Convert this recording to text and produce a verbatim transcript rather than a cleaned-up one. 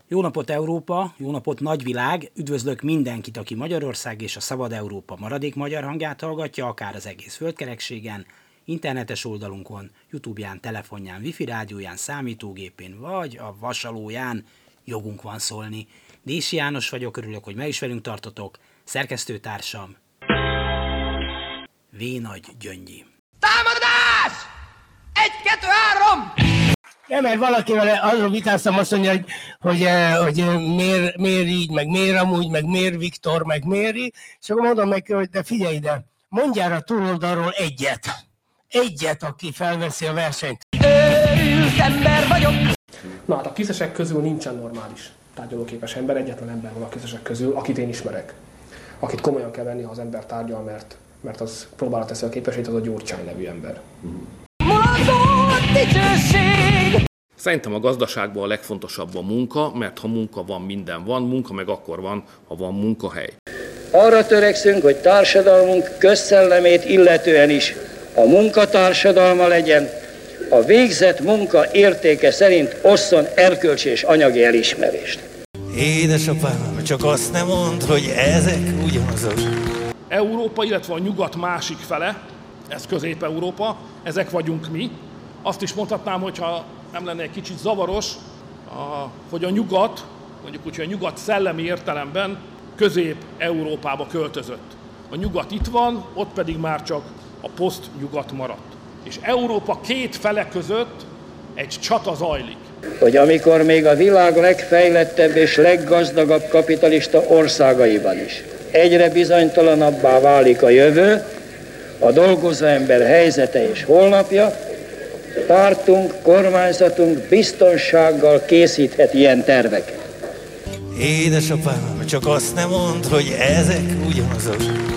Jó napot Európa, jó napot nagyvilág, üdvözlök mindenkit, aki Magyarország és a Szabad Európa maradék magyar hangját hallgatja, akár az egész földkerekségen, internetes oldalunkon, YouTube-ján, telefonján, wifi rádióján, számítógépén vagy a vasalóján. Jogunk van szólni. Dési János vagyok, örülök, hogy meg is velünk tartotok, szerkesztőtársam V. Nagy Gyöngyi. Támadás! Egy, kettő, három! Nem, mert valakivel arról vitáztam, azt mondja, hogy, hogy, hogy miért, miért így, meg miért amúgy, meg miért Viktor, meg miért így, és akkor mondom neki, hogy de figyelj ide, mondjál a túloldalról egyet. Egyet, aki felveszi a versenyt. Őrült ember vagyok! Na hát a kiszesek közül nincsen normális tárgyalóképes ember, egyetlen ember van a kiszesek közül, akit én ismerek. Akit komolyan kell venni, ha az ember tárgyal, mert, mert az próbára teszi a képesét, az a Gyurcsány nevű ember. Szerintem a gazdaságban a legfontosabb a munka, mert ha munka van, minden van, munka meg akkor van, ha van munkahely. Arra törekszünk, hogy társadalmunk közszellemét illetően is a munkatársadalma legyen, a végzett munka értéke szerint osszon erkölcsi és anyagi elismerést. Édesapám, csak azt nem mondd, hogy ezek ugyanazok. Európa, illetve a nyugat másik fele, ez Közép-Európa, ezek vagyunk mi. Azt is mondhatnám, hogyha nem lenne egy kicsit zavaros, hogy a nyugat, mondjuk úgy, hogy a nyugat szellemi értelemben Közép-Európába költözött. A nyugat itt van, ott pedig már csak a poszt-nyugat maradt. És Európa két fele között egy csata zajlik. Hogy amikor még a világ legfejlettebb és leggazdagabb kapitalista országaiban is egyre bizonytalanabbá válik a jövő, a dolgozó ember helyzete és holnapja, pártunk, kormányzatunk biztonsággal készíthet ilyen terveket. Édesapám, csak azt nem mondd, hogy ezek ugyanazok.